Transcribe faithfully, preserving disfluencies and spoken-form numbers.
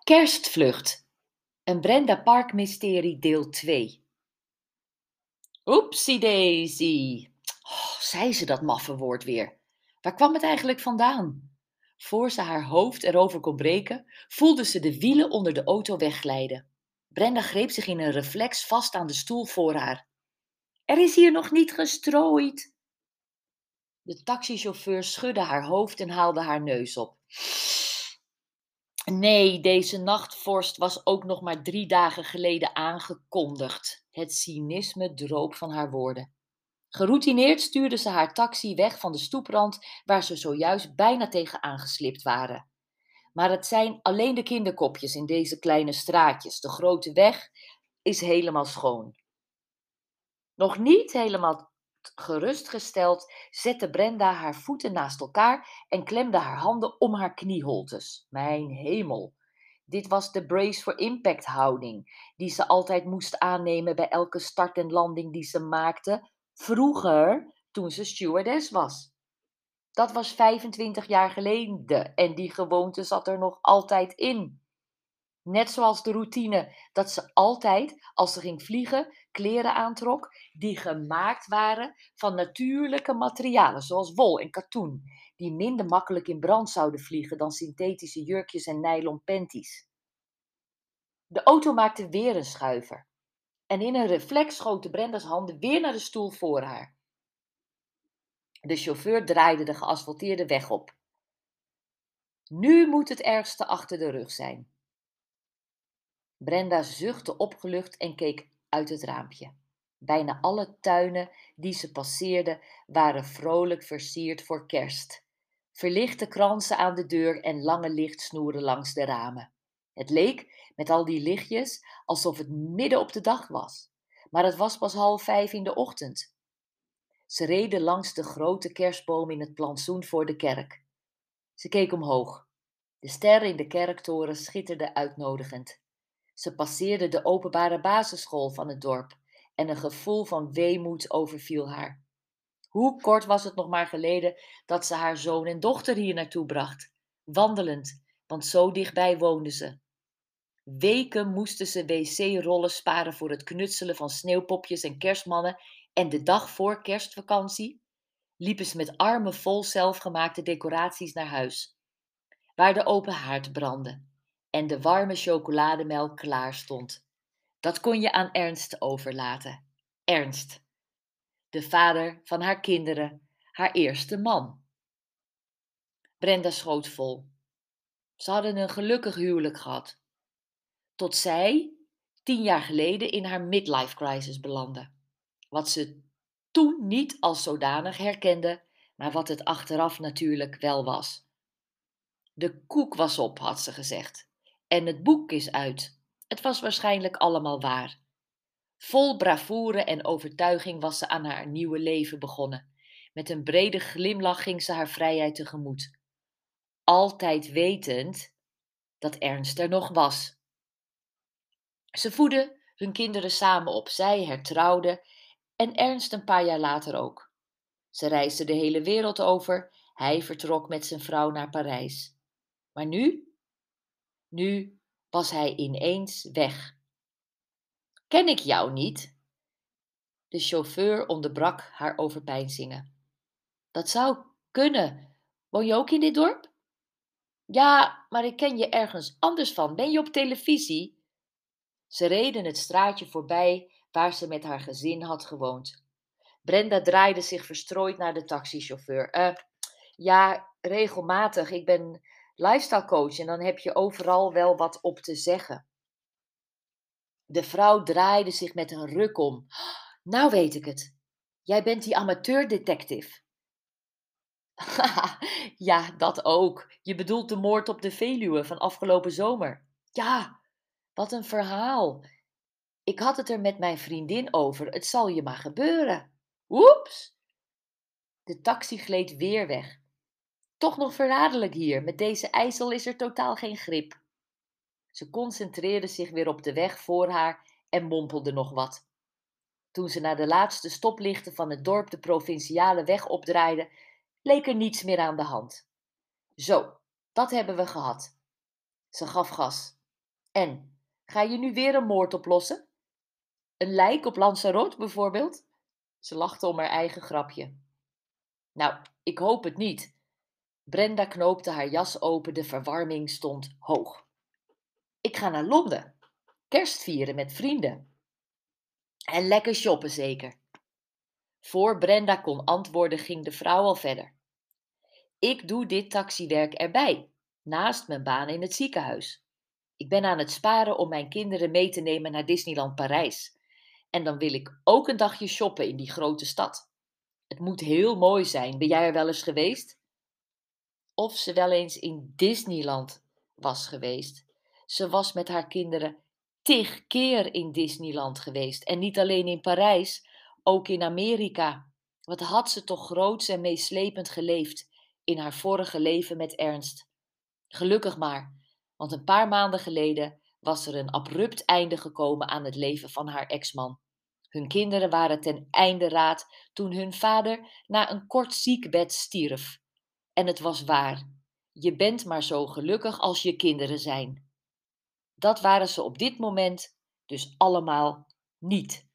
Kerstvlucht. Een Brenda Park mysterie deel twee. Oepsie daisy. Oh, zei ze dat maffe woord weer. Waar kwam het eigenlijk vandaan? Voor ze haar hoofd erover kon breken, voelde ze de wielen onder de auto wegglijden. Brenda greep zich in een reflex vast aan de stoel voor haar. Er is hier nog niet gestrooid. De taxichauffeur schudde haar hoofd en haalde haar neus op. Nee, deze nachtvorst was ook nog maar drie dagen geleden aangekondigd. Het cynisme droop van haar woorden. Geroutineerd stuurde ze haar taxi weg van de stoeprand waar ze zojuist bijna tegen aangeslipt waren. Maar het zijn alleen de kinderkopjes in deze kleine straatjes. De grote weg is helemaal schoon. Nog niet helemaal gerustgesteld zette Brenda haar voeten naast elkaar en klemde haar handen om haar knieholtes. Mijn hemel, dit was de brace for impact houding die ze altijd moest aannemen bij elke start en landing die ze maakte, vroeger toen ze stewardess was. Dat was vijfentwintig jaar geleden en die gewoonte zat er nog altijd in. Net zoals de routine dat ze altijd, als ze ging vliegen, kleren aantrok die gemaakt waren van natuurlijke materialen, zoals wol en katoen, die minder makkelijk in brand zouden vliegen dan synthetische jurkjes en nylon panties. De auto maakte weer een schuiver en in een reflex schoten Brenda's handen weer naar de stoel voor haar. De chauffeur draaide de geasfalteerde weg op. Nu moet het ergste achter de rug zijn. Brenda zuchtte opgelucht en keek uit het raampje. Bijna alle tuinen die ze passeerde waren vrolijk versierd voor kerst. Verlichte kransen aan de deur en lange lichtsnoeren langs de ramen. Het leek, met al die lichtjes, alsof het midden op de dag was. Maar het was pas half vijf in de ochtend. Ze reden langs de grote kerstboom in het plantsoen voor de kerk. Ze keek omhoog. De sterren in de kerktoren schitterden uitnodigend. Ze passeerde de openbare basisschool van het dorp en een gevoel van weemoed overviel haar. Hoe kort was het nog maar geleden dat ze haar zoon en dochter hier naartoe bracht, wandelend, want zo dichtbij woonden ze. Weken moesten ze wc-rollen sparen voor het knutselen van sneeuwpopjes en kerstmannen en de dag voor kerstvakantie liepen ze met armen vol zelfgemaakte decoraties naar huis, waar de open haard brandde en de warme chocolademelk klaar stond. Dat kon je aan Ernst overlaten. Ernst, de vader van haar kinderen, haar eerste man. Brenda schoot vol. Ze hadden een gelukkig huwelijk gehad. Tot zij, tien jaar geleden, in haar midlife crisis belandde. Wat ze toen niet als zodanig herkende, maar wat het achteraf natuurlijk wel was. De koek was op, had ze gezegd. En het boek is uit. Het was waarschijnlijk allemaal waar. Vol bravoure en overtuiging was ze aan haar nieuwe leven begonnen. Met een brede glimlach ging ze haar vrijheid tegemoet. Altijd wetend dat Ernst er nog was. Ze voedden hun kinderen samen op. Zij hertrouwde en Ernst een paar jaar later ook. Ze reisden de hele wereld over. Hij vertrok met zijn vrouw naar Parijs. Maar nu? Nu was hij ineens weg. Ken ik jou niet? De chauffeur onderbrak haar overpeinzingen. Dat zou kunnen. Woon je ook in dit dorp? Ja, maar ik ken je ergens anders van. Ben je op televisie? Ze reden het straatje voorbij waar ze met haar gezin had gewoond. Brenda draaide zich verstrooid naar de taxichauffeur. Eh, ja, regelmatig. Ik ben lifestyle coach en dan heb je overal wel wat op te zeggen. De vrouw draaide zich met een ruk om. Nou weet ik het. Jij bent die amateurdetective. Ja, dat ook. Je bedoelt de moord op de Veluwe van afgelopen zomer. Ja, wat een verhaal. Ik had het er met mijn vriendin over. Het zal je maar gebeuren. Oeps! De taxi gleed weer weg. Toch nog verraderlijk hier. Met deze ijsel is er totaal geen grip. Ze concentreerde zich weer op de weg voor haar en mompelde nog wat. Toen ze naar de laatste stoplichten van het dorp de provinciale weg opdraaide, leek er niets meer aan de hand. Zo, dat hebben we gehad. Ze gaf gas. En, ga je nu weer een moord oplossen? Een lijk op Lanzarote bijvoorbeeld? Ze lachte om haar eigen grapje. Nou, ik hoop het niet. Brenda knoopte haar jas open, de verwarming stond hoog. Ik ga naar Londen. Kerst vieren met vrienden. En lekker shoppen zeker. Voor Brenda kon antwoorden ging de vrouw al verder. Ik doe dit taxiwerk erbij, naast mijn baan in het ziekenhuis. Ik ben aan het sparen om mijn kinderen mee te nemen naar Disneyland Parijs. En dan wil ik ook een dagje shoppen in die grote stad. Het moet heel mooi zijn. Ben jij er wel eens geweest? Of ze wel eens in Disneyland was geweest. Ze was met haar kinderen tig keer in Disneyland geweest. En niet alleen in Parijs, ook in Amerika. Wat had ze toch groots en meeslepend geleefd in haar vorige leven met Ernst. Gelukkig maar, want een paar maanden geleden was er een abrupt einde gekomen aan het leven van haar ex-man. Hun kinderen waren ten einde raad toen hun vader na een kort ziekbed stierf. En het was waar. Je bent maar zo gelukkig als je kinderen zijn. Dat waren ze op dit moment dus allemaal niet.